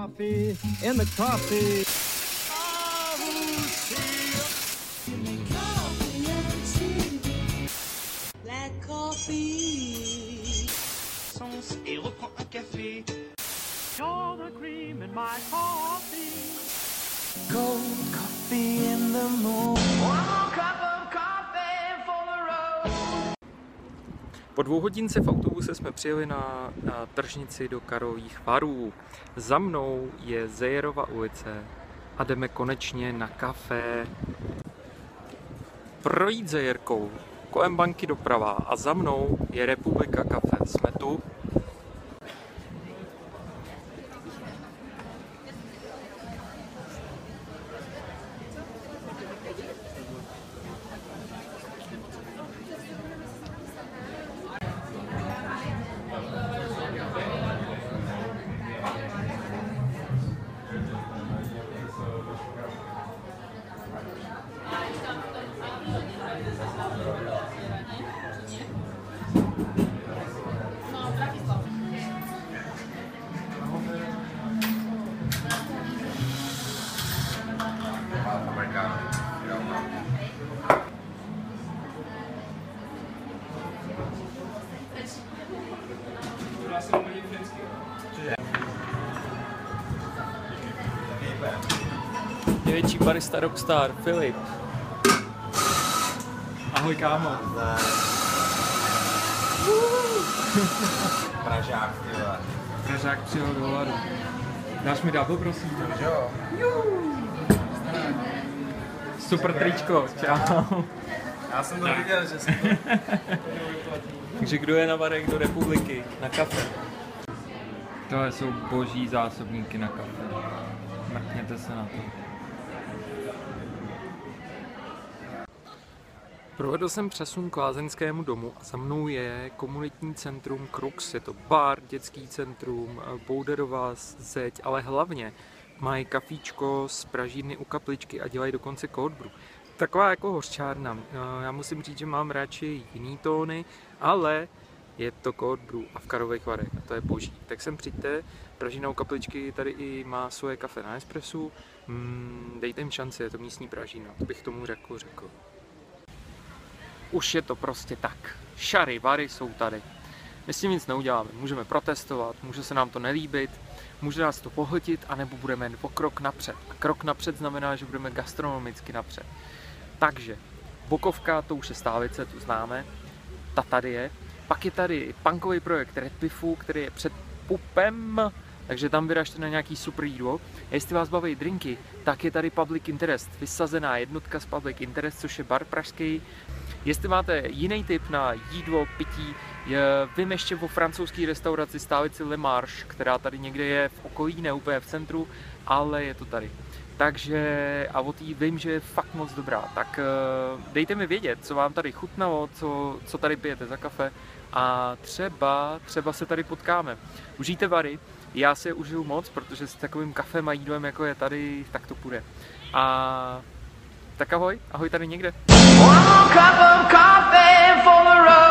coffee in the coffee. Black coffee. Et reprends un café. You're the cream in my coffee. Cold coffee in the morning. One more cup of coffee for the road. Po 2 hodince v autobuse jsme přijeli na tržnici do Karlových Varů. Za mnou je Zejerova ulice a jdeme konečně na kafe. Projít Zejerkou, kolem banky doprava a za mnou je Republika kafe. Jsme tu. Největší barista rockstar, Filip. Ahoj kámo. Pražák, ty vole. Pražák přijel do Ladu. Dáš mi double, prosím? Jo. Super tričko, čau. Já jsem to viděl, že jsem to... Takže kdo je na Varech do Republiky? Na kafe. Tohle jsou boží zásobníky na kafe. Mrkněte se na to. Provedl jsem přesun k lázeňskému domu a za mnou je komunitní centrum Krux. Je to bar, dětský centrum, boulderová zeď, ale hlavně mají kafíčko z pražírny u kapličky a dělají dokonce cold brew. Taková jako hořčárna. Já musím říct, že mám radši jiný tóny, ale je to cold brew a v Karlových Varech a to je boží. Tak sem přijďte, pražírna u kapličky tady i má svoje kafe na espressu. Dejte jim šanci, je to místní pražírna, to bych tomu řekl. Už je to prostě tak. Šary, vary jsou tady. My s tím nic neuděláme. Můžeme protestovat, může se nám to nelíbit, může nás to pohltit, anebo budeme jen o krok napřed. A krok napřed znamená, že budeme gastronomicky napřed. Takže, Bokovka, to už je stálice, tu známe. Ta tady je. Pak je tady punkový projekt Red Piffu, který je před pupem, takže tam vyražte na nějaký super jídlo. A jestli vás baví drinky, tak je tady Public Interest, vysazená jednotka z Public Interest, což je bar pražský. Jestli máte jiný typ na jídlo, pití, vím ještě o francouzské restauraci stálici Le Marche, která tady někde je v okolí, ne úplně v centru, ale je to tady. Takže a o tý vím, že je fakt moc dobrá, tak dejte mi vědět, co vám tady chutnalo, co tady pijete za kafe a třeba se tady potkáme. Užijte Vary, já si je užiju moc, protože s takovým kafem a jídlem, jako je tady, tak to půjde. A tak ahoj tady někde. One more cup of coffee for the road.